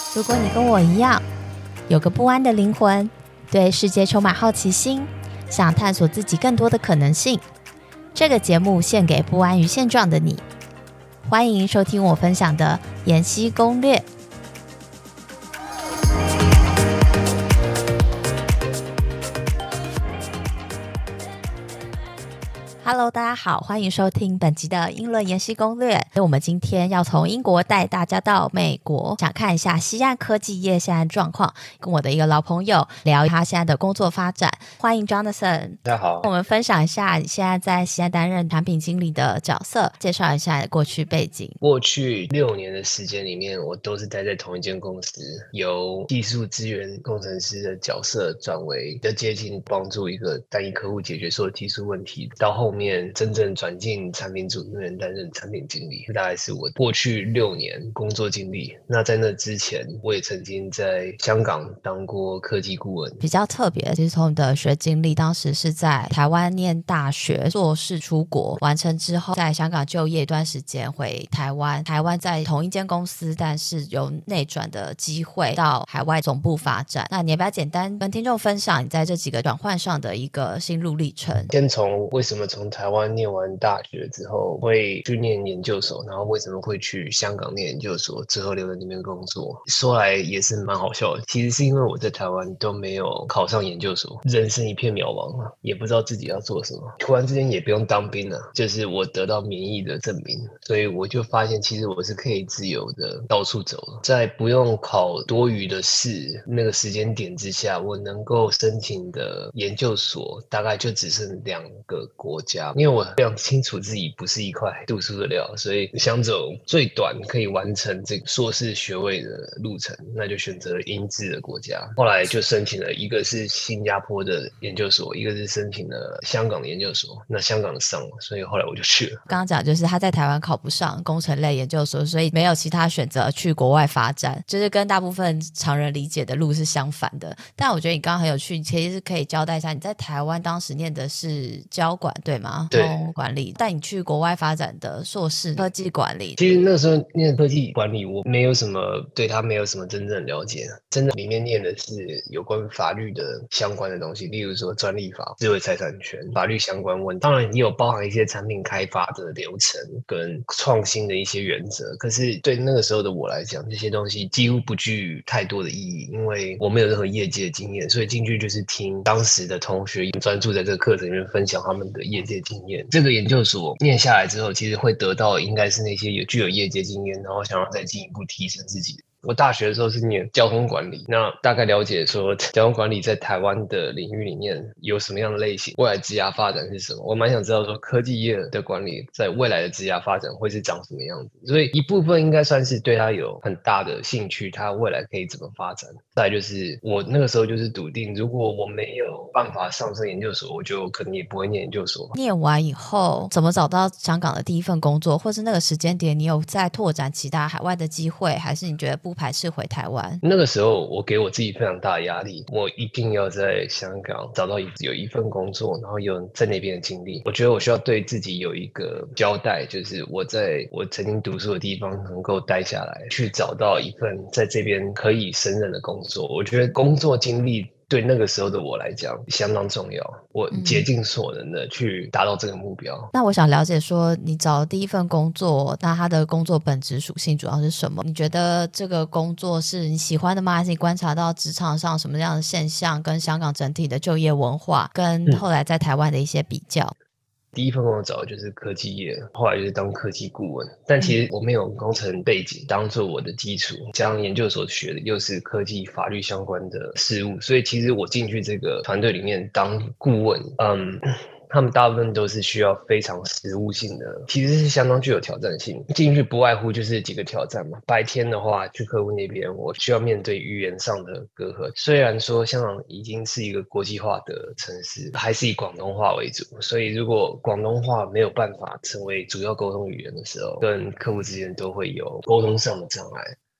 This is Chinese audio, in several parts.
如果你跟我一样，有个不安的灵魂，对世界充满好奇心，想探索自己更多的可能性，这个节目献给不安于现状的你。欢迎收听我分享的妍希攻略。Hello， 大家好，欢迎收听本集的英伦妍希攻略。我们今天要从英国带大家到美国，想看一下西岸科技业现在状况，跟我的一个老朋友聊他现在的工作发展。欢迎 Jonathan。 大家好， 我们分享一下你现在在西岸担任产品经理的角色，介绍一下你的过去背景。 过去6年的时间里面，我都是待在同一间公司，由技术资源工程师的角色转为比较接近帮助一个单一客户解决所有技术问题，到后面真正转进产品组里面担任产品经理，这大概是我过去6年工作经历。那在那之前，我也曾经在香港当过科技顾问。 比较特别的，其实从你的学经历，当时是在台湾念大学，硕士出国完成之后，在香港就业一段时间，回台湾。台湾在同一间公司，但是有内转的机会到海外总部发展。那你要不要简单跟听众分享你在这几个转换上的一个心路历程？ 先从为什么从台湾念完大学之后会去念研究所，然后为什么会去香港念研究所，之后留在那边工作。说来也是蛮好笑的，其实是因为我在台湾都没有考上研究所，人生一片渺茫啊，也不知道自己要做什么。突然之间也不用当兵了，就是我得到免疫的证明，所以我就发现其实我是可以自由的到处走了。在不用考多余的试那个时间点之下，我能够申请的研究所大概就只剩2个国家，因为我非常清楚自己不是一块读书的料，所以想走最短可以完成这个硕士学位的路程，那就选择了英制的国家。后来就申请了一个是新加坡的研究所，一个是申请了香港的研究所，那香港的上了，所以后来我就去了。 刚刚讲就是他在台湾考不上工程类研究所，所以没有其他选择去国外发展，就是跟大部分常人理解的路是相反的。但我觉得你刚刚很有趣，其实是可以交代一下，你在台湾当时念的是交管对吗？ 对， 管理，但你去国外发展的硕士科技管理。 其实那时候念科技管理，我没有什么对它没有什么真正的了解，真的里面念的是有关法律的相关的东西，例如说专利法、智慧财产权、法律相关问题，当然也有包含一些产品开发的流程跟创新的一些原则。可是对那个时候的我来讲，这些东西几乎不具太多的意义，因为我没有任何业界经验，所以进去就是听当时的同学专注在这个课程里面分享他们的业界经验。这个研究所念下来之后，其实会得到应该是那些具有业界经验，然后想要再进一步提升自己。我大学的时候是念交通管理，那大概了解说交通管理在台湾的领域里面有什么样的类型，未来职涯发展是什么。我蛮想知道说科技业的管理在未来的职涯发展会是长什么样子，所以一部分应该算是对他有很大的兴趣，他未来可以怎么发展。再来就是我那个时候就是笃定，如果我没有办法上升研究所，我就可能也不会念研究所。 念完以后怎么找到香港的第一份工作，或是那个时间点你有在拓展其他海外的机会，还是你觉得不排斥回台湾？ 那个时候我给我自己非常大的压力，我一定要在香港找到有一份工作，然后有在那边的经历。我觉得我需要对自己有一个交代，就是我在我曾经读书的地方能够待下来，去找到一份在这边可以胜任的工作。我觉得工作经历对那个时候的我来讲相当重要，我竭尽所能的去达到这个目标。 那我想了解说，你找的第一份工作，那它的工作本质属性主要是什么？你觉得这个工作是你喜欢的吗？还是你观察到职场上什么样的现象，跟香港整体的就业文化，跟后来在台湾的一些比较？ 第一份工作找的就是科技业，后来就是当科技顾问，但其实我没有工程背景当做我的基础，加上研究所学的又是科技法律相关的事物，所以其实我进去这个团队里面当顾问，他们大部分都是需要非常实务性的，其实是相当具有挑战性。进去不外乎就是几个挑战嘛。白天的话，去客户那边，我需要面对语言上的隔阂。虽然说香港已经是一个国际化的城市，还是以广东话为主，所以如果广东话没有办法成为主要沟通语言的时候，跟客户之间都会有沟通上的障碍。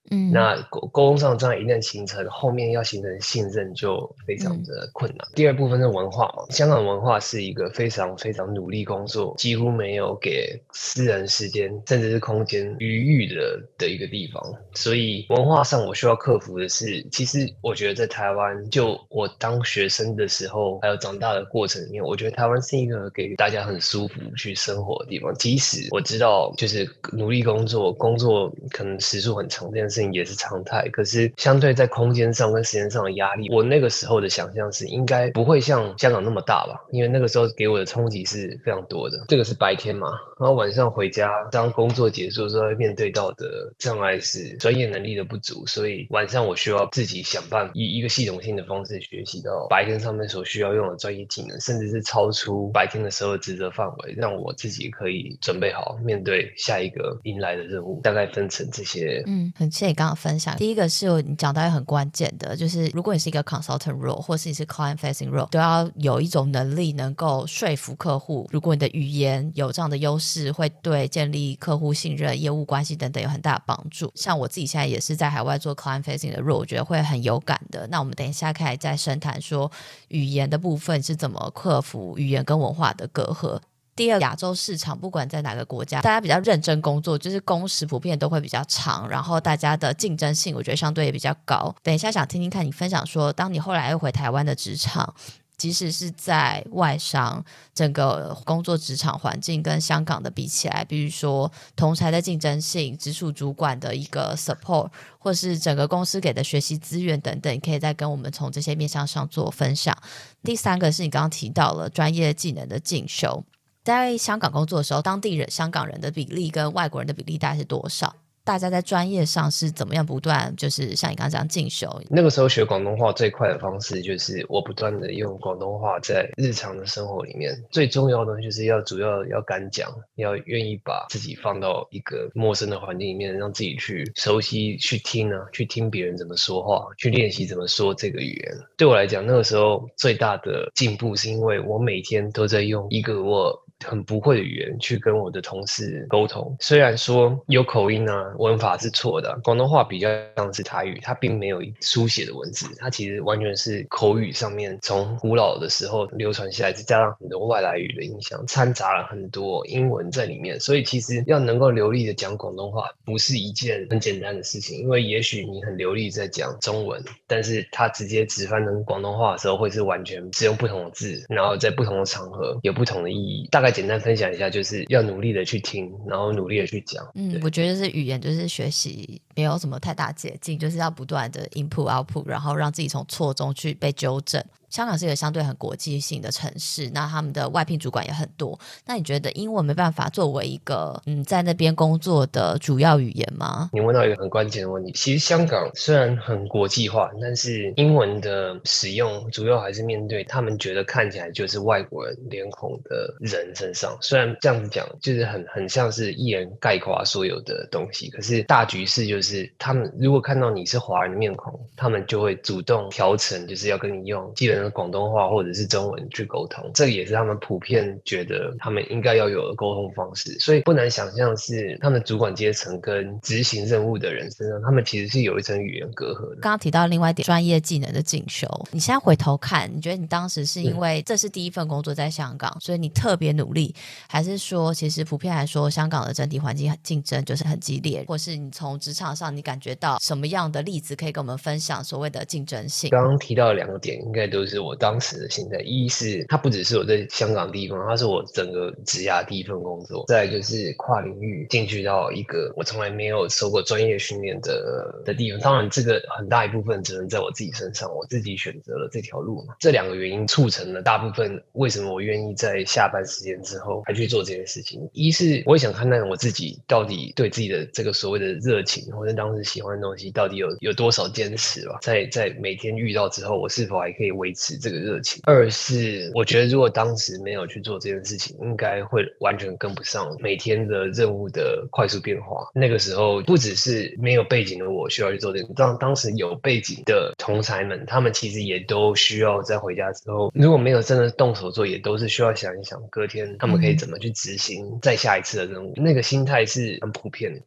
那沟通上障碍一旦形成，后面要形成信任就非常的困难。第二部分是文化嘛，香港文化是一个非常非常努力工作，几乎没有给私人时间甚至是空间余裕的一个地方。所以文化上我需要克服的是，其实我觉得在台湾，就我当学生的时候，还有长大的过程里面，我觉得台湾是一个给大家很舒服去生活的地方。即使我知道就是努力工作可能时数很长这件事情也是常态，可是相对在空间上跟时间上的压力，我那个时候的想象是应该不会像香港那么大吧，因为那个时候给我的冲击是非常多的。这个是白天嘛，然后晚上回家，当工作结束之后面对到的障碍是专业能力的不足，所以晚上我需要自己想办法以一个系统性的方式学习到白天上面所需要用的专业技能，甚至是超出白天的时候的职责范围，让我自己可以准备好面对下一个迎来的任务。大概分成这些。 很谢谢你刚刚分享。第一个是你讲到一个很关键的，就是如果你是一个 consultant role 或是你是 client facing role， 都要有一种能力能够说服客户。如果你的语言有这样的优势，会对建立客户信任、业务关系等等有很大的帮助。像我自己现在也是在海外做 client facing 的 role， 我觉得会很有感的。那我们等一下可以再深谈说语言的部分是怎么克服语言跟文化的隔阂。第二，亚洲市场不管在哪个国家，大家比较认真工作，就是工时普遍都会比较长，然后大家的竞争性我觉得相对也比较高。等一下想听听看你分享说，当你后来又回台湾的职场，即使是在外商，整个工作职场环境跟香港的比起来，比如说同侪的竞争性、直属主管的一个 support， 或是整个公司给的学习资源等等，可以再跟我们从这些面向上做分享。第三个是你刚刚提到了专业技能的进修。在香港工作的时候，当地人香港人的比例跟外国人的比例大概是多少？大家在专业上是怎么样不断，就是像你刚刚这样进修？ 那个时候学广东话最快的方式就是我不断的用广东话在日常的生活里面。最重要的就是主要要敢讲，要愿意把自己放到一个陌生的环境里面，让自己去熟悉去听去听别人怎么说话，去练习怎么说这个语言。对我来讲，那个时候最大的进步是因为我每天都在用一个我很不会的语言去跟我的同事沟通。虽然说有口音文法是错的，广东话比较像是台语，它并没有书写的文字，它其实完全是口语上面从古老的时候流传下来，再加上很多外来语的影响，掺杂了很多英文在里面。所以其实要能够流利的讲广东话不是一件很简单的事情，因为也许你很流利在讲中文，但是它直接直翻成广东话的时候会是完全使用不同的字，然后在不同的场合有不同的意义。大概简单分享一下，就是要努力的去听，然后努力的去讲。 我觉得是语言就是学习没有什么太大捷径，就是要不断的 input output， 然后让自己从错中去被纠正。香港是一个相对很国际性的城市，那他们的外聘主管也很多。那你觉得英文没办法作为一个在那边工作的主要语言吗？ 你问到一个很关键的问题。其实香港虽然很国际化，但是英文的使用主要还是面对他们觉得看起来就是外国人脸孔的人身上。虽然这样子讲就是很像是一人概括所有的东西，可是大局势就是他们如果看到你是华人的面孔，他们就会主动调成就是要跟你用基本的广东话或者是中文去沟通。这也是他们普遍觉得他们应该要有的沟通方式。所以不难想象是他们主管阶层跟执行任务的人身上，他们其实是有一层语言隔阂的。 刚刚提到另外一点专业技能的进修，你现在回头看，你觉得你当时是因为这是第一份工作在香港，所以你特别努力，还是说其实普遍来说香港的整体环境竞争就是很激烈，或是你从职场上你感觉到什么样的例子可以跟我们分享所谓的竞争性？ 刚刚提到的两个点应该都是我当时的心态。一是它不只是我在香港的地方，它是我整个职涯第一份工作。再来就是跨领域进去到一个我从来没有受过专业训练的地方。当然这个很大一部分只能在我自己身上，我自己选择了这条路嘛。这两个原因促成了大部分为什么我愿意在下班时间之后还去做这件事情。一是我也想看看我自己到底对自己的这个所谓的热情，或者当时喜欢的东西到底有多少坚持吧。在每天遇到之后，我是否还可以维持这个热情。二是我觉得如果当时没有去做这件事情，应该会完全跟不上每天的任务的快速变化。那个时候不只是没有背景的我需要去做这件事，当时有背景的同侪们，他们其实也都需要在回家之后，如果没有真的动手做，也都是需要想一想隔天他们可以怎么去执行再下一次的任务。那个心态是很普遍的。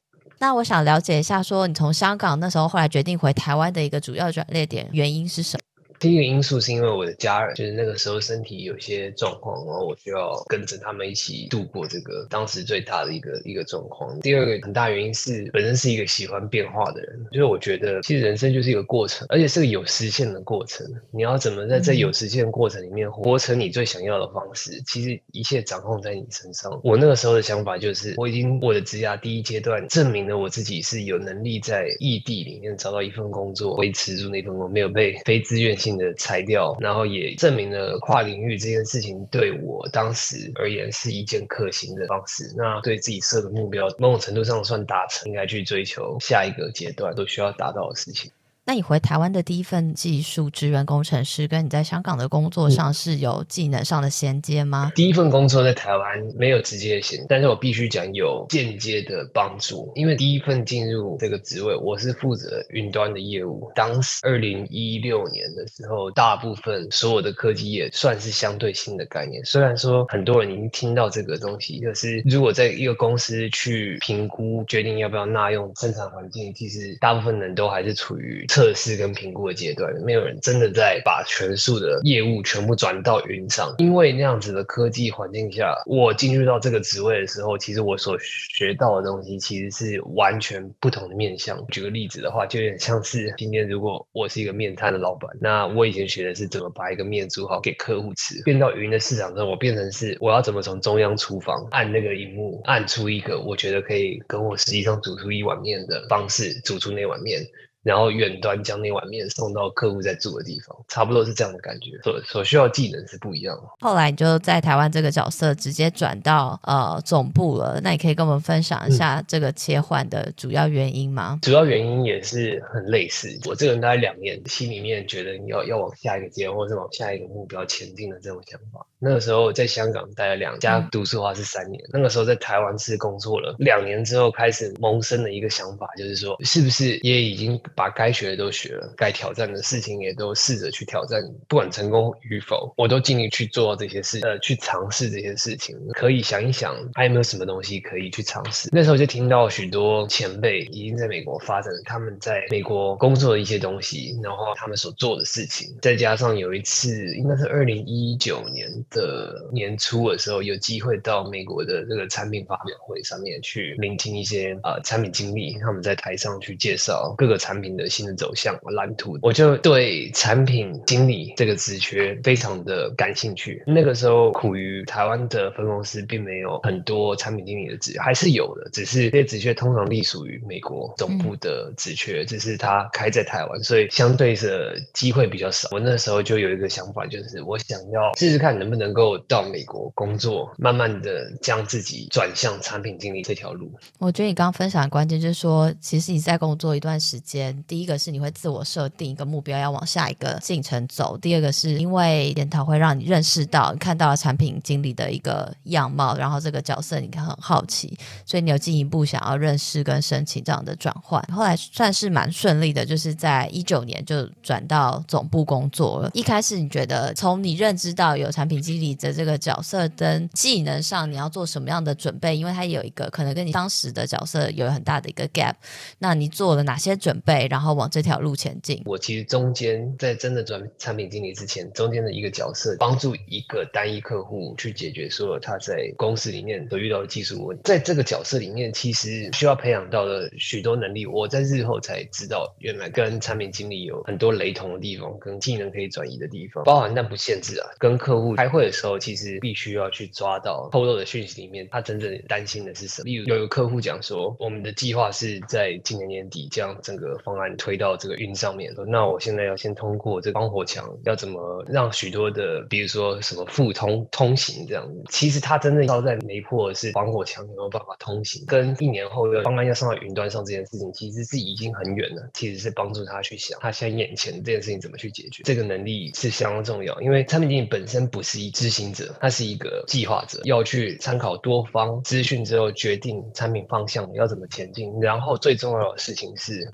那我想了解一下说你从香港那时候后来决定回台湾的一个主要转捩点原因是什么？ 第一个因素是因为我的家人就是那个时候身体有些状况，然后我需要跟着他们一起度过这个当时最大的一个状况。第二个很大原因是本身是一个喜欢变化的人，就是我觉得其实人生就是一个过程，而且是个有实现的过程。你要怎么在这有实现的过程里面活成你最想要的方式，其实一切掌控在你身上。我那个时候的想法就是，我的职涯第一阶段证明了我自己是有能力在异地里面找到一份工作，维持住那份工作，没有被非自愿性的裁掉，然后也证明了跨领域这件事情对我当时而言是一件可行的方式。那对自己设的目标，某种程度上算达成，应该去追求下一个阶段都需要达到的事情。 那你回台湾的第一份技术支援工程师跟你在香港的工作上是有技能上的衔接吗？ 第一份工作在台湾没有直接的衔接，但是我必须讲有间接的帮助。因为第一份进入这个职位，我是负责云端的业务。当时2016年的时候，大部分所有的科技业算是相对新的概念。虽然说很多人已经听到这个东西，可是如果在一个公司去评估决定要不要纳用生产环境，其实大部分人都还是处于测试跟评估的阶段，没有人真的在把全数的业务全部转到云上。因为那样子的科技环境下，我进入到这个职位的时候，其实我所学到的东西其实是完全不同的面向。举个例子的话，就有点像是今天如果我是一个面摊的老板，那我以前学的是怎么把一个面煮好给客户吃，变到云的市场中，我变成是我要怎么从中央厨房按那个荧幕按出一个我觉得可以跟我实际上煮出一碗面的方式煮出那碗面，然后远端将那碗面送到客户在住的地方，差不多是这样的感觉。所需要的技能是不一样的。 后来你就在台湾这个角色直接转到总部了，那你可以跟我们分享一下这个切换的主要原因吗？ 主要原因也是很类似，我这个人大概2年，心里面觉得要往下一个阶段或是往下一个目标前进的这种想法。那个时候在香港待了2家，读书的话是3年。那个时候在台湾是工作了2年之后，开始萌生的一个想法，就是说是不是也已经把该学的都学了，该挑战的事情也都试着去挑战，不管成功与否，我都尽力去做这些事，去尝试这些事情。可以想一想，还有没有什么东西可以去尝试？那时候就听到许多前辈已经在美国发展了他们在美国工作的一些东西，然后他们所做的事情，再加上有一次应该是2019年的年初的时候，有机会到美国的这个产品发表会上面去聆听一些产品经理他们在台上去介绍各个产品的新的走向蓝图，我就对产品经理这个职缺非常的感兴趣。那个时候苦于台湾的分公司并没有很多产品经理的职缺，还是有的，只是这些职缺通常隶属于美国总部的职缺，只是它开在台湾，所以相对的机会比较少。我那时候就有一个想法，就是我想要试试看能不能够到美国工作，慢慢的将自己转向产品经理这条路。 我觉得你刚刚分享的关键就是说，其实你在工作一段时间，第一个是你会自我设定一个目标要往下一个进程走，第二个是因为研讨会让你认识到看到了产品经理的一个样貌，然后这个角色你很好奇，所以你有进一步想要认识跟申请这样的转换。后来算是蛮顺利的，就是在19年就转到总部工作了。一开始你觉得从你认知到有产品经理的这个角色跟技能上你要做什么样的准备，因为它有一个可能跟你当时的角色有很大的一个 gap， 那你做了哪些准备然后往这条路前进？ 我其实中间在真的转产品经理之前，中间的一个角色帮助一个单一客户去解决所有他在公司里面所遇到的技术问题。在这个角色里面，其实需要培养到的许多能力，我在日后才知道原来跟产品经理有很多雷同的地方，跟技能可以转移的地方，包含但不限制啊。跟客户开会的时候，其实必须要去抓到透露的讯息里面他真正担心的是什么。例如有一个客户讲说，我们的计划是在今年年底将整个方案推到这个云上面，那我现在要先通过这个防火墙，要怎么让许多的比如说什么互通行这样子。其实他真正要在没破的是防火墙有没有办法通行，跟1年后的方案要上到云端上这件事情其实是已经很远了。其实是帮助他去想他现在眼前这件事情怎么去解决，这个能力是相当重要。因为产品经理本身不是一执行者，他是一个计划者，要去参考多方资讯之后决定产品方向要怎么前进，然后最重要的事情是他必须要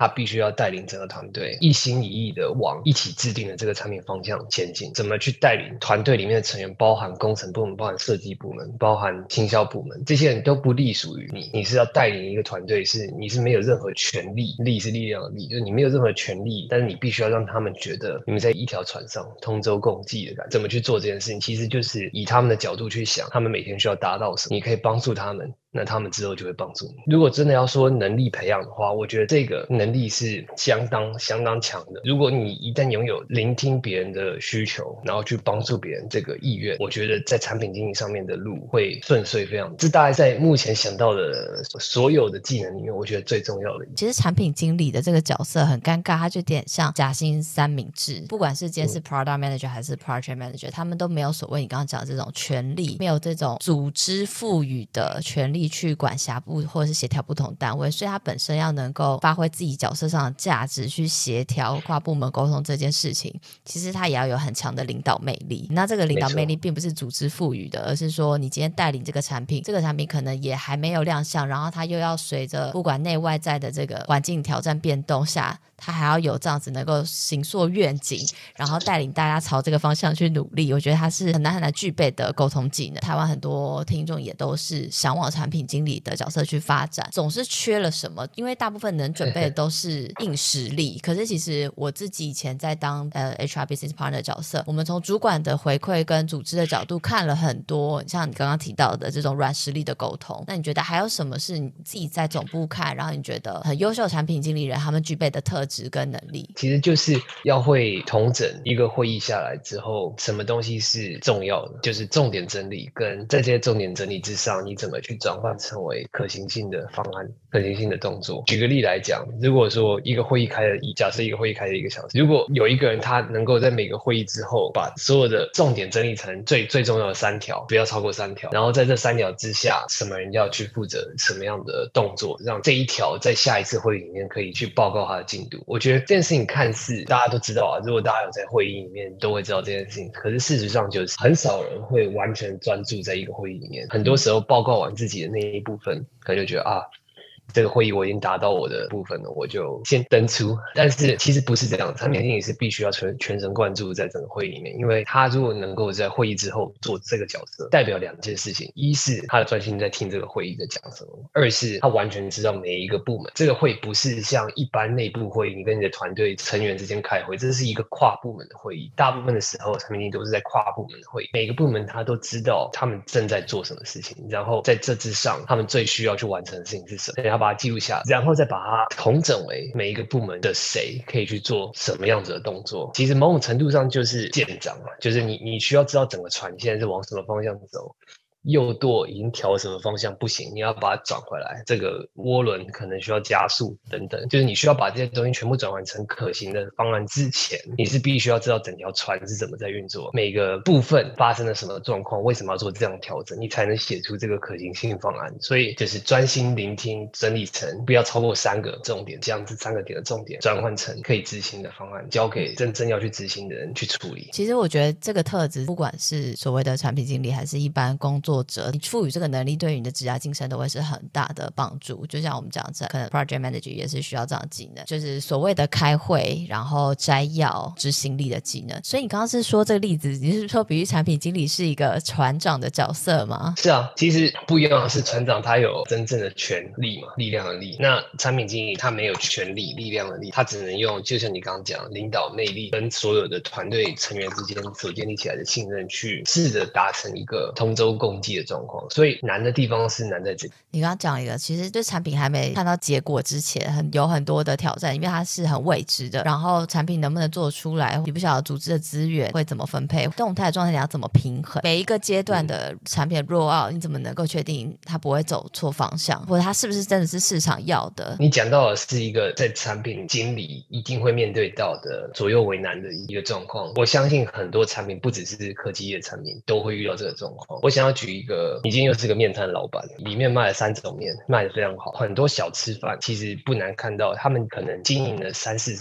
要带领整个团队一心一意的往一起制定的这个产品方向前进，怎么去带领团队里面的成员，包含工程部门、包含设计部门、包含行销部门，这些人都不隶属于你，你是要带领一个团队，你是没有任何权利，力是力量的力，就是你没有任何权利，但是你必须要让他们觉得你们在一条船上，同舟共济的感觉。怎么去做这件事情，其实就是以他们的角度去想，他们每天需要达到什么，你可以帮助他们，那他们之后就会帮助你。如果真的要说能力培养的话，我觉得这个能力是相当强的。如果你一旦拥有聆听别人的需求，然后去帮助别人这个意愿，我觉得在产品经理上面的路会顺遂非常。这大概在目前想到的所有的技能里面，我觉得最重要的。 其实产品经理的这个角色很尴尬，它就有点像夹心三明治，不管是今天是 product manager 还是 project manager，他们都没有所谓你刚刚讲的这种权利，没有这种组织赋予的权利去管辖部或者是协调不同单位，所以他本身要能够发挥自己角色上的价值，去协调跨部门沟通这件事情，其实他也要有很强的领导魅力。那这个领导魅力并不是组织赋予的，而是说你今天带领这个产品，这个产品可能也还没有亮相，然后它又要随着不管内外在的这个环境挑战变动下，他还要有这样子能够形塑愿景，然后带领大家朝这个方向去努力。我觉得他是很难具备的沟通技能。台湾很多听众也都是想往产品经理的角色去发展，总是缺了什么，因为大部分能准备的都是硬实力。可是其实我自己以前在当HR business partner 的角色，我们从主管的回馈跟组织的角度看了很多像你刚刚提到的这种软实力的沟通。那你觉得还有什么是你自己在总部看，然后你觉得很优秀的产品经理人他们具备的特质跟能力？ 其实就是要会统整一个会议下来之后，什么东西是重要的，就是重点整理，跟在这些重点整理之上，你怎么去转换成为可行性的方案、可行性的动作。举个例来讲，如果说一个会议假设一个会议开了1个小时，如果有一个人他能够在每个会议之后把所有的重点整理成最重要的3条，不要超过3条，然后在这3条之下，什么人要去负责什么样的动作，让这一条在下一次会议里面可以去报告它的进度。我觉得这件事情看似大家都知道啊，如果大家有在会议里面都会知道这件事情，可是事实上就是很少人会完全专注在一个会议里面，很多时候报告完自己的那一部分，可能就觉得啊，这个会议我已经达到我的部分了，我就先登出。但是其实不是这样，产品经理是必须要全神贯注在整个会议里面，因为他如果能够在会议之后做这个角色，代表2件事情：一是他的专心在听这个会议在讲什么；二是他完全知道每一个部门。这个会不是像一般内部会议，你跟你的团队成员之间开会，这是一个跨部门的会议。大部分的时候，产品经理都是在跨部门的会议，每个部门他都知道他们正在做什么事情，然后在这之上，他们最需要去完成的事情是什么。把它记录下来，然后再把它统整为每一个部门的谁可以去做什么样子的动作。其实某种程度上就是舰长嘛，就是你需要知道整个船现在是往什么方向走，右舵已经调什么方向不行，你要把它转回来，这个涡轮可能需要加速等等，就是你需要把这些东西全部转换成可行的方案之前，你是必须要知道整条船是怎么在运作，每个部分发生了什么状况，为什么要做这样的调整，你才能写出这个可行性方案。所以就是专心聆听，整理成不要超过3个重点，这样这3个点的重点转换成可以执行的方案，交给真正要去执行的人去处理。 其实我觉得这个特质，不管是所谓的产品经理还是一般工作者，你赋予这个能力对于你的职业晋升都会是很大的帮助。就像我们讲的，可能 project manager 也是需要这样的技能，就是所谓的开会然后摘要执行力的技能。所以你刚刚是说这个例子，你是说比喻产品经理是一个船长的角色吗？ 是啊，其实不一样的是船长他有真正的权力嘛，力量的力。那产品经理他没有权力力量的力，他只能用就像你刚刚讲领导魅力跟所有的团队成员之间所建立起来的信任，去试着达成一个同舟共济的状况。所以难的地方是难在这里。 你刚刚讲一个，其实对产品还没看到结果之前，有很多的挑战，因为它是很未知的。然后产品能不能做出来，你不晓得组织的资源会怎么分配，动态的状态你要怎么平衡，每一个阶段的产品的 roll out，你怎么能够确定它不会走错方向，或者它是不是真的是市场要的？ 你讲到的是一个在产品经理一定会面对到的左右为难的一个状况。我相信很多产品，不只是科技业产品，都会遇到这个状况。我想要举一个，你今天又是个面摊老板，里面卖了3种面，卖得非常好。很多小吃饭其实不难看到，他们可能经营了30-40年，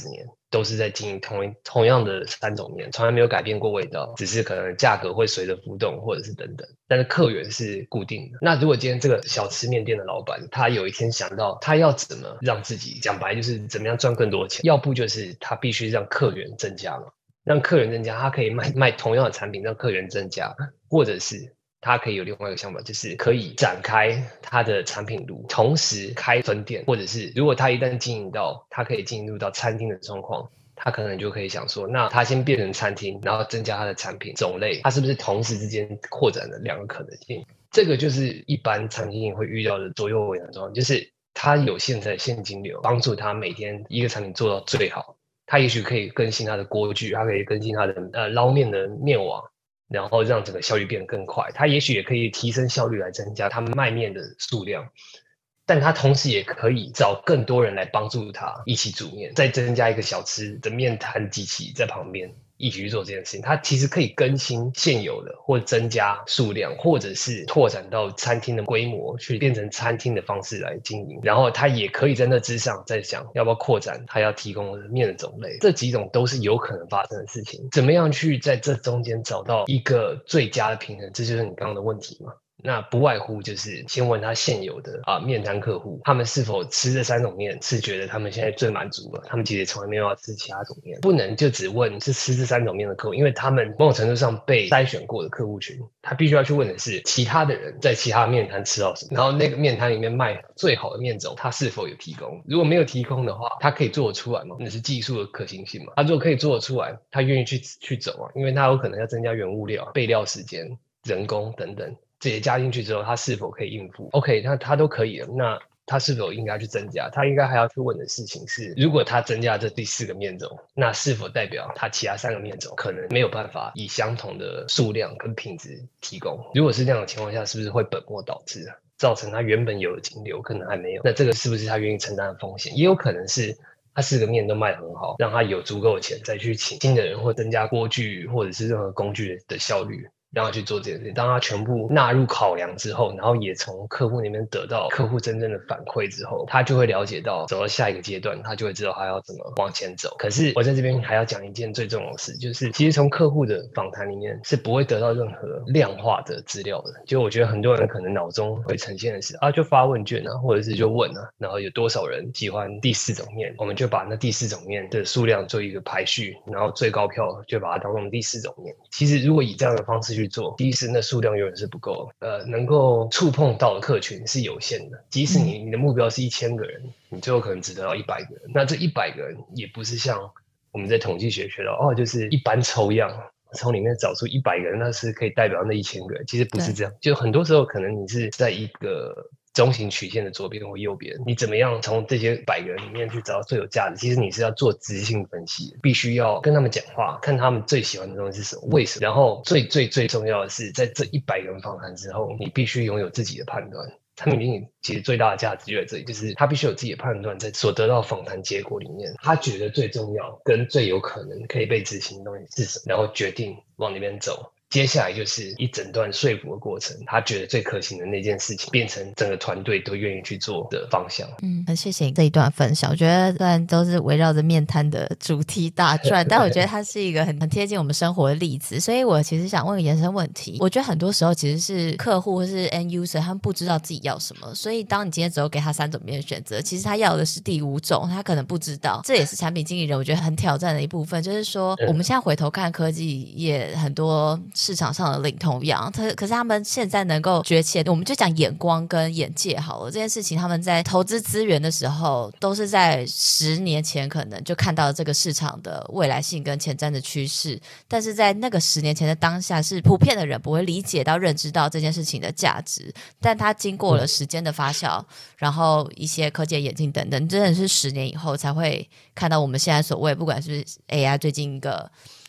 都是在经营同样的3种面，从来没有改变过味道，只是可能价格会随着浮动或者是等等，但是客源是固定的。那如果今天这个小吃面店的老板，他有一天想到他要怎么让自己，讲白就是怎么样赚更多钱，要不就是他必须让客源增加嘛，让客源增加，他可以卖同样的产品，让客源增加，或者是他可以有另外一个想法，就是可以展开他的产品路，同时开分店，或者是如果他一旦经营到他可以进入到餐厅的状况，他可能就可以想说，那他先变成餐厅，然后增加他的产品种类，他是不是同时之间扩展了2个可能性？这个就是一般餐厅会遇到的左右为难状况，就是他有现在现金流，帮助他每天一个产品做到最好。他也许可以更新他的锅具，他可以更新他的捞面的面网，然后让整个效率变得更快。他也许也可以提升效率来增加他们卖面的数量，但他同时也可以找更多人来帮助他一起煮面，再增加一个小吃的面摊机器在旁边一起去做这件事情。他其实可以更新现有的，或增加数量，或者是拓展到餐厅的规模，去变成餐厅的方式来经营。然后他也可以在那之上再想要不要扩展他要提供的面的种类，这几种都是有可能发生的事情。怎么样去在这中间找到一个最佳的平衡，这就是你刚刚的问题嘛。那不外乎就是先问他现有的面摊客户，他们是否吃这3种面是觉得他们现在最满足了，他们其实从来没有要吃其他种面。不能就只问是吃这3种面的客户，因为他们某种程度上被筛选过的客户群，他必须要去问的是其他的人在其他面摊吃到什么，然后那个面摊里面卖最好的面种他是否有提供，如果没有提供的话，他可以做得出来吗？那是技术的可行性嘛。他如果可以做得出来，他愿意去走啊，因为他有可能要增加原物料、备料时间、人工等等，这些加进去之后，他是否可以应付 ？OK， 那他都可以了，那他是否应该去增加？他应该还要去问的事情是，如果他增加这第4个面种，那是否代表他其他3个面种可能没有办法以相同的数量跟品质提供？如果是这样的情况下，是不是会本末倒置，造成他原本有的金流可能还没有？那这个是不是他愿意承担的风险？也有可能是他4个面都卖得很好，让他有足够的钱再去请新的人，或增加锅具或者是任何工具的效率，让他去做这件事情。当他全部纳入考量之后，然后也从客户那边得到客户真正的反馈之后，他就会了解到走到下一个阶段，他就会知道他要怎么往前走。可是我在这边还要讲一件最重要的事，就是其实从客户的访谈里面是不会得到任何量化的资料的。就我觉得很多人可能脑中会呈现的是就发问卷啊，或者是就问啊，然后有多少人喜欢第4种面，我们就把那第4种面的数量做一个排序，然后最高票就把它当成第4种面。其实如果以这样的方式去做，第一是那数量永远是不够的，能够触碰到的客群是有限的。即使你的目标是1000个人，你最后可能只得到100个人，那这100个人也不是像我们在统计学学到就是一般抽样从里面找出100个人，那是可以代表那1000个人，其实不是这样。就很多时候可能你是在一个中型曲线的左边或右边，你怎么样从这些100个人里面去找到最有价值？其实你是要做质性分析，必须要跟他们讲话，看他们最喜欢的东西是什么，为什么。然后最重要的是，在这100个人访谈之后，你必须拥有自己的判断。产品经理其实最大的价值就在这里，就是他必须有自己的判断，在所得到访谈结果里面，他觉得最重要跟最有可能可以被执行的东西是什么，然后决定往那边走。接下来就是一整段说服的过程，他觉得最可行的那件事情，变成整个团队都愿意去做的方向。 很谢谢你这一段分享。我觉得虽然都是围绕着面摊的主题大转，但我觉得它是一个很贴近我们生活的例子。所以我其实想问个延伸问题，我觉得很多时候其实是客户或是 end user 他们不知道自己要什么，所以当你今天只有给他3种面选择，其实他要的是第5种，他可能不知道。这也是产品经理人我觉得很挑战的一部分，就是说我们现在回头看科技业很多市场上的领头羊，可是他们现在能够崛起，我们就讲眼光跟眼界好了，这件事情他们在投资资源的时候都是在10年前可能就看到这个市场的未来性跟前瞻的趋势，但是在那个10年前的当下，是普遍的人不会理解到认知到这件事情的价值，但它经过了时间的发酵，然后一些科技眼镜等等，真的是10年以后才会看到我们现在所谓不管是 AI 最近一个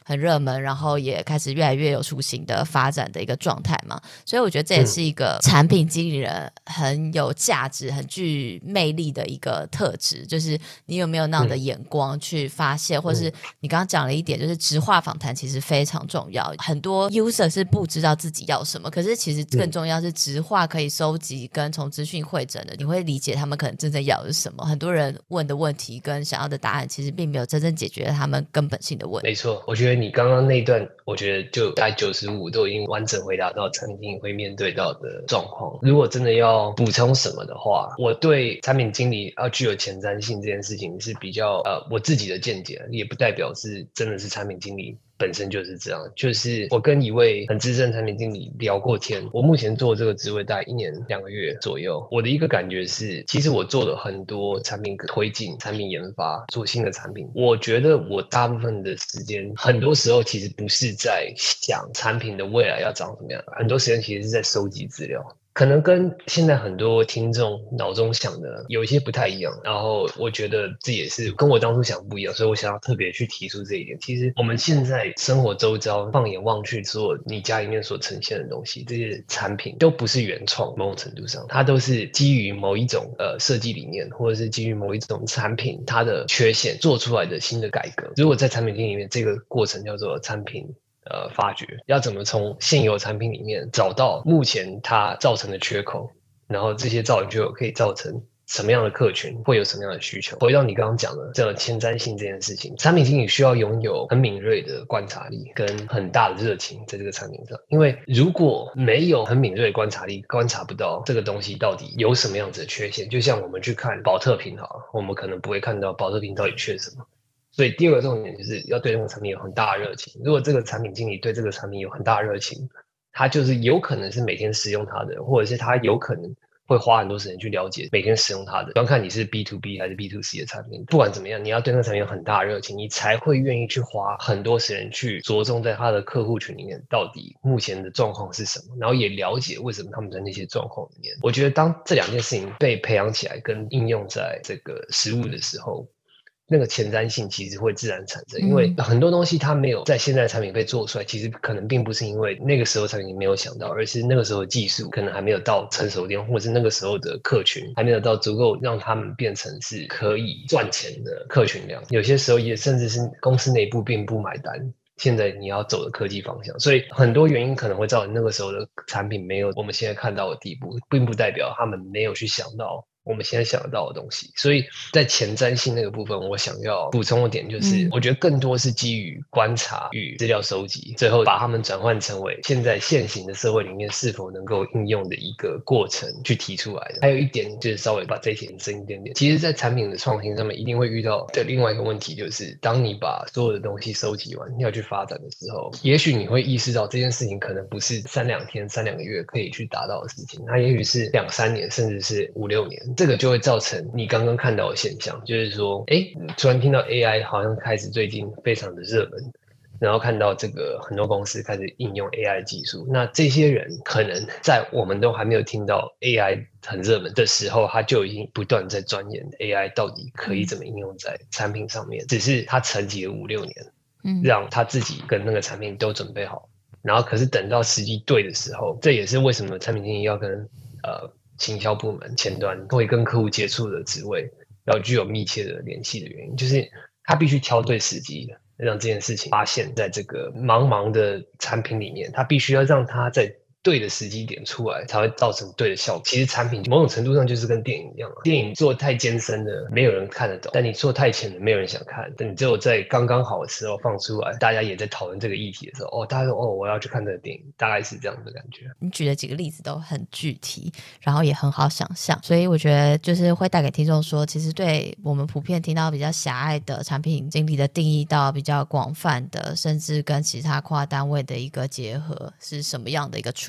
很热门，然后也开始越来越有雏形的发展的一个状态嘛。所以我觉得这也是一个产品经理人很有价值很具魅力的一个特质，就是你有没有那样的眼光去发现，或是你刚刚讲了一点，就是直话访谈其实非常重要。很多 user 是不知道自己要什么，可是其实更重要是直话可以收集跟从资讯汇整的，你会理解他们可能真正要的是什么。很多人问的问题跟想要的答案其实并没有真正解决他们根本性的问题。 没错，我觉得你刚刚那一段我觉得就大概95都已经完整回答到产品经理会面对到的状况。如果真的要补充什么的话，我对产品经理要具有前瞻性这件事情是比较我自己的见解，也不代表是真的是产品经理本身就是这样。就是我跟一位很资深产品经理聊过天，我目前做这个职位大概1年2个月左右，我的一个感觉是，其实我做了很多产品推进、产品研发、做新的产品，我觉得我大部分的时间，很多时候其实不是在想产品的未来要长什么样，很多时间其实是在收集资料。可能跟现在很多听众脑中想的有一些不太一样，然后我觉得这也是跟我当初想不一样，所以我想要特别去提出这一点。其实我们现在生活周遭放眼望去，所有你家里面所呈现的东西，这些产品都不是原创，某种程度上它都是基于某一种设计理念，或者是基于某一种产品它的缺陷做出来的新的改革。如果在产品经理里面，这个过程叫做产品发掘，要怎么从现有产品里面找到目前它造成的缺口，然后这些造成缺口可以造成什么样的客群，会有什么样的需求。回到你刚刚讲的这种前瞻性这件事情，产品经理需要拥有很敏锐的观察力跟很大的热情在这个产品上，因为如果没有很敏锐的观察力，观察不到这个东西到底有什么样子的缺陷，就像我们去看保特瓶好了，我们可能不会看到保特瓶到底缺什么。所以第二个重点就是要对这个产品有很大的热情。如果这个产品经理对这个产品有很大的热情，他就是有可能是每天使用它的，或者是他有可能会花很多时间去了解每天使用它的。光看你是 B to B 还是 B to C 的产品，不管怎么样，你要对那个产品有很大的热情，你才会愿意去花很多时间去着重在他的客户群里面到底目前的状况是什么，然后也了解为什么他们在那些状况里面。我觉得当这两件事情被培养起来跟应用在这个实务的时候，那个前瞻性其实会自然产生，因为很多东西它没有在现在的产品被做出来，其实可能并不是因为那个时候产品没有想到，而是那个时候技术可能还没有到成熟点，或者是那个时候的客群还没有到足够让他们变成是可以赚钱的客群量。有些时候也甚至是公司内部并不买单现在你要走的科技方向，所以很多原因可能会造成那个时候的产品没有我们现在看到的地步，并不代表他们没有去想到我们现在想得到的东西。所以在前瞻性那个部分，我想要补充的点就是，我觉得更多是基于观察与资料收集，最后把它们转换成为现在现行的社会里面是否能够应用的一个过程去提出来的。还有一点就是稍微把这一点延伸一点点，其实在产品的创新上面一定会遇到的另外一个问题，就是当你把所有的东西收集完要去发展的时候，也许你会意识到这件事情可能不是3-2天、3-2个月可以去达到的事情，它也许是2-3年，甚至是5-6年。这个就会造成你刚刚看到的现象，就是说，突然听到 AI 好像开始最近非常的热门，然后看到这个很多公司开始应用 AI 技术，那这些人可能在我们都还没有听到 AI 很热门的时候，他就已经不断在钻研 AI 到底可以怎么应用在产品上面，只是他沉寂了5-6年，让他自己跟那个产品都准备好，然后可是等到时机对的时候，这也是为什么产品经理要跟行销部门前端会跟客户接触的职位要具有密切的联系的原因，就是他必须挑对时机的，让这件事情发现在这个茫茫的产品里面，他必须要让它在对的时机点出来，才会造成对的效果。其实产品某种程度上就是跟电影一样，电影做太艰深的没有人看得懂，但你做太浅的没有人想看，但你只有在刚刚好的时候放出来，大家也在讨论这个议题的时候，大家说我要去看这个电影，大概是这样的感觉。 你举的几个例子都很具体，然后也很好想象，所以我觉得就是会带给听众说，其实对我们普遍听到比较狭隘的产品经理的定义到比较广泛的，甚至跟其他跨单位的一个结合是什么样的一个雏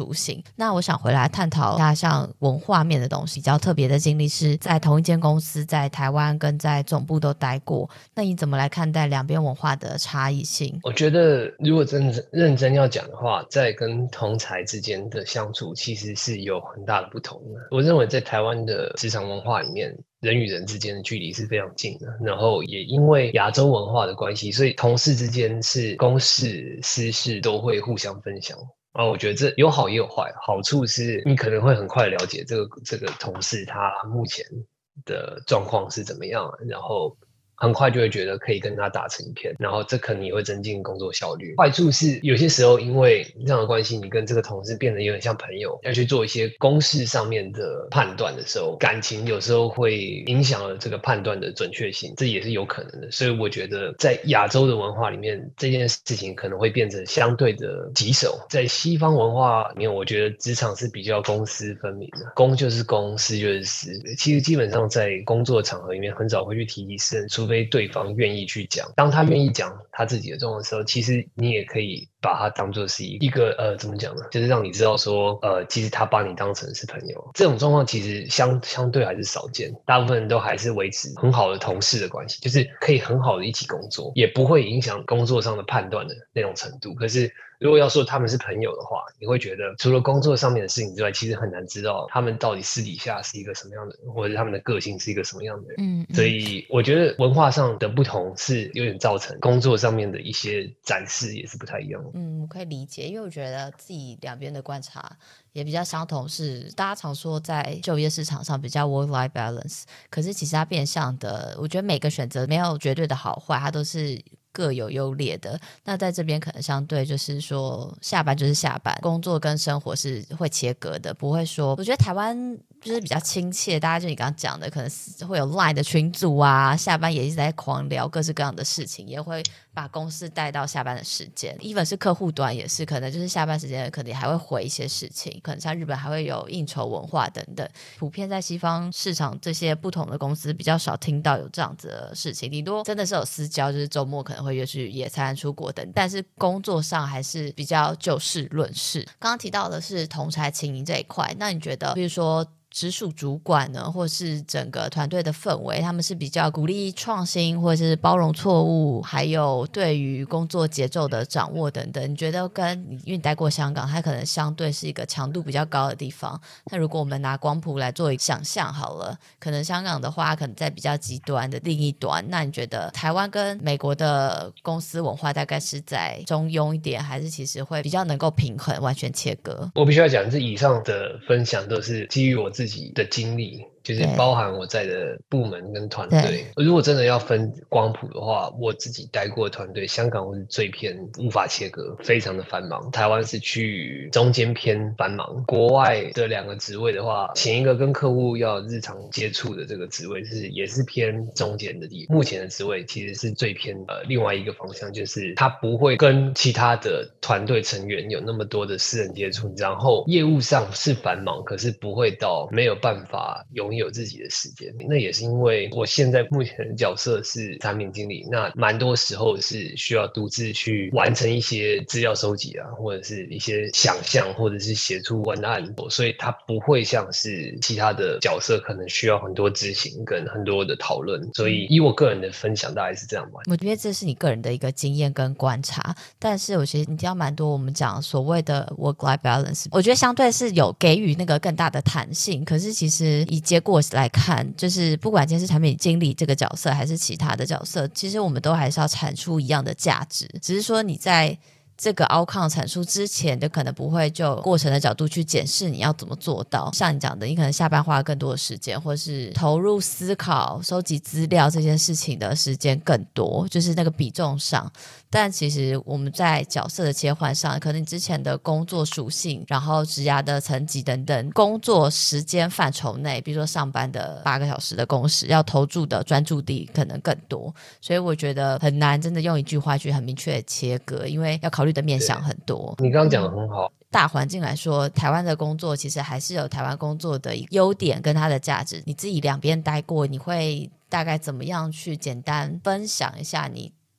属性。那我想回来探讨一下像文化面的东西，比较特别的经历是在同一间公司在台湾跟在总部都待过，那你怎么来看待两边文化的差异性？ 我觉得如果真的认真要讲的话，在跟同才之间的相处其实是有很大的不同的。我认为在台湾的职场文化里面，人与人之间的距离是非常近的，然后也因为亚洲文化的关系，所以同事之间是公事私事都会互相分享。我觉得这有好也有坏，好处是你可能会很快了解这个同事他目前的状况是怎么样，然后很快就会觉得可以跟他打成一片，然后这可能也会增进工作效率。坏处是有些时候因为这样的关系，你跟这个同事变得有点像朋友，要去做一些公事上面的判断的时候，感情有时候会影响了这个判断的准确性，这也是有可能的。所以我觉得在亚洲的文化里面，这件事情可能会变成相对的棘手。在西方文化里面，我觉得职场是比较公私分明的，公就是公，私就是私。其实基本上在工作场合里面，很少会去提及私人，除非对方愿意去讲。当他愿意讲他自己的状况的时候，其实你也可以把它当作是一个怎么讲呢？就是让你知道说，其实他把你当成是朋友。这种状况其实相对还是少见，大部分人都还是维持很好的同事的关系，就是可以很好的一起工作，也不会影响工作上的判断的那种程度。可是如果要说他们是朋友的话，你会觉得除了工作上面的事情之外，其实很难知道他们到底私底下是一个什么样的人，或者他们的个性是一个什么样的人。所以我觉得文化上的不同是有点造成工作上面的一些展示也是不太一样的。 我可以理解，因为我觉得自己两边的观察也比较相同，是大家常说在就业市场上比较 work-life balance， 可是其实它变相的，我觉得每个选择没有绝对的好坏，它都是各有优劣的。那在这边可能相对就是说下班就是下班，工作跟生活是会切割的，不会说，我觉得台湾就是比较亲切，大家就你刚刚讲的，可能会有 LINE 的群组啊，下班也一直在狂聊各式各样的事情，也会把公司带到下班的时间。even 是客户端也是，可能就是下班时间可能还会回一些事情，可能像日本还会有应酬文化等等。普遍在西方市场这些不同的公司比较少听到有这样子的事情，顶多真的是有私交，就是周末可能会约去野餐、出国等，但是工作上还是比较就事论事。刚刚提到的是同侪情谊这一块，那你觉得比如说直属主管呢，或是整个团队的氛围，他们是比较鼓励创新，或者是包容错误，还有对于工作节奏的掌握等等，你觉得因为你待过香港，它可能相对是一个强度比较高的地方。那如果我们拿光谱来做一个想象好了，可能香港的话可能在比较极端的另一端，那你觉得台湾跟美国的公司文化大概是在中庸一点，还是其实会比较能够平衡，完全切割？ 我必须要讲，这以上的分享都是基于我自己的经历，就是包含我在的部门跟团队。如果真的要分光谱的话，我自己待过的团队，香港是最偏无法切割，非常的繁忙；台湾是去中间偏繁忙。国外的两个职位的话，前一个跟客户要日常接触的这个职位也是偏中间的地方。目前的职位其实是最偏另外一个方向，就是它不会跟其他的团队成员有那么多的私人接触，然后业务上是繁忙，可是不会到没有办法拥有自己的时间。那也是因为我现在目前的角色是产品经理，那蛮多时候是需要独自去完成一些资料收集啊，或者是一些想象，或者是写出文案，所以它不会像是其他的角色可能需要很多执行跟很多的讨论。所以以我个人的分享大概是这样吧。 我觉得这是你个人的一个经验跟观察，但是我觉得你听到蛮多我们讲所谓的 work-life balance， 我觉得相对是有给予那个更大的弹性，可是其实以结果来看，就是不管今天是产品经理这个角色还是其他的角色，其实我们都还是要产出一样的价值，只是说你在这个 outcome 产出之前，就可能不会就过程的角度去检视你要怎么做到。像你讲的，你可能下班花更多的时间，或是投入思考、收集资料这件事情的时间更多，就是那个比重上。但其实我们在角色的切换上，可能你之前的工作属性，然后职涯的层级等等，工作时间范畴内，比如说上班的8个小时的工时，要投注的专注力可能更多。所以我觉得很难真的用一句话去很明确的切割，因为要考虑的面向很多。 你刚刚讲的很好。 大环境来说，台湾的工作其实还是有台湾工作的优点跟它的价值。你自己两边待过，你会大概怎么样去简单分享一下你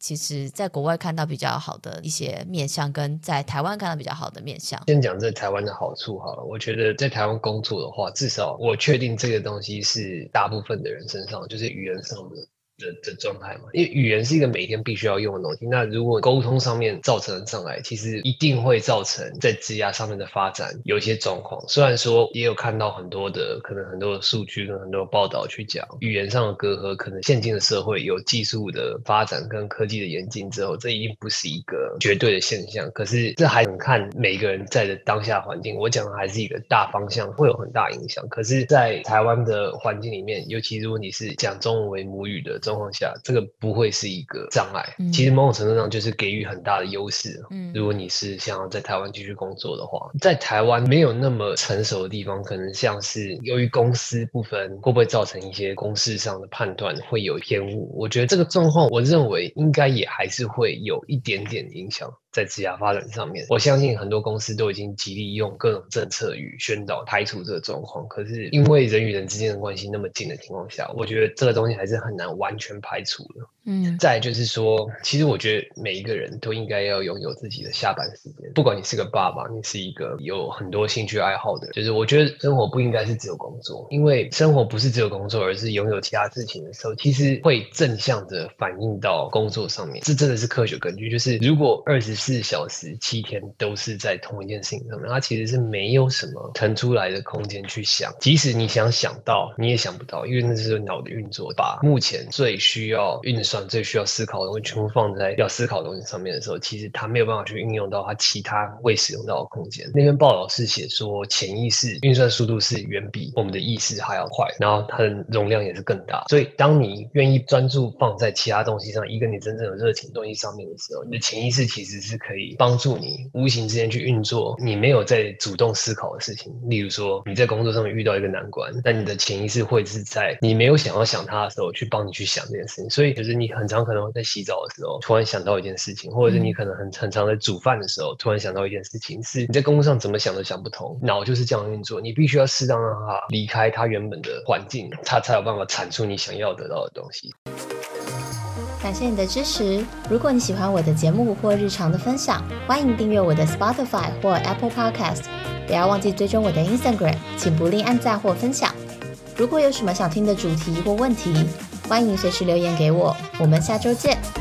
其实在国外看到比较好的一些面向，跟在台湾看到比较好的面向？ 先讲在台湾的好处好了，我觉得在台湾工作的话，至少我确定这个东西是大部分的人身上，就是语言上的状态嘛，因为语言是一个每天必须要用的东西。那如果沟通上面造成的障碍，其实一定会造成在职涯上面的发展有一些状况。虽然说也有看到很多的数据跟很多报道去讲语言上的隔阂，可能现今的社会有技术的发展跟科技的演进之后，这一定不是一个绝对的现象。可是这还很看每个人在的当下环境。我讲的还是一个大方向，会有很大影响。可是，在台湾的环境里面，尤其如果你是讲中文为母语的状况下，这个不会是一个障碍。其实某种程度上就是给予很大的优势。如果你是想要在台湾继续工作的话，在台湾没有那么成熟的地方，可能像是由于公司部分会不会造成一些公事上的判断会有偏误。我觉得这个状况，我认为应该也还是会有一点点影响在职涯发展上面。我相信很多公司都已经极力用各种政策与宣导排除这个状况，可是因为人与人之间的关系那么近的情况下，我觉得这个东西还是很难完全排除的。再来就是说，其实我觉得每一个人都应该要拥有自己的下班时间，不管你是个爸爸，你是一个有很多兴趣爱好的人，就是我觉得生活不应该是只有工作，因为生活不是只有工作，而是拥有其他事情的时候，其实会正向的反映到工作上面。这真的是科学根据，就是如果24小时7天都是在同一件事情上面，它其实是没有什么腾出来的空间去想，即使你想到你也想不到，因为那是脑的运作，把目前最需要运算最需要思考的东西全部放在要思考的东西上面的时候，其实它没有办法去运用到它其他未使用到的空间。那篇报道是写说潜意识运算速度是远比我们的意识还要快，然后它的容量也是更大，所以当你愿意专注放在其他东西上，一个你真正有热情的东西上面的时候，你的潜意识其实是可以帮助你无形之间去运作你没有在主动思考的事情。例如说你在工作上面遇到一个难关，但你的潜意识会是在你没有想要想它的时候去帮你去想这件事情。所以就是你很常可能会在洗澡的时候突然想到一件事情，或者是你可能很常在煮饭的时候突然想到一件事情，是你在工作上怎么想都想不通，脑就是这样运作，你必须要适当让它离开它原本的环境，它才有办法产出你想要得到的东西。 感谢你的支持。如果你喜欢我的节目或日常的分享，欢迎订阅我的 Spotify 或 Apple Podcast， 不要忘记追踪我的 Instagram， 请不吝按赞或分享。如果有什么想听的主题或问题，欢迎随时留言给我。我们下周见。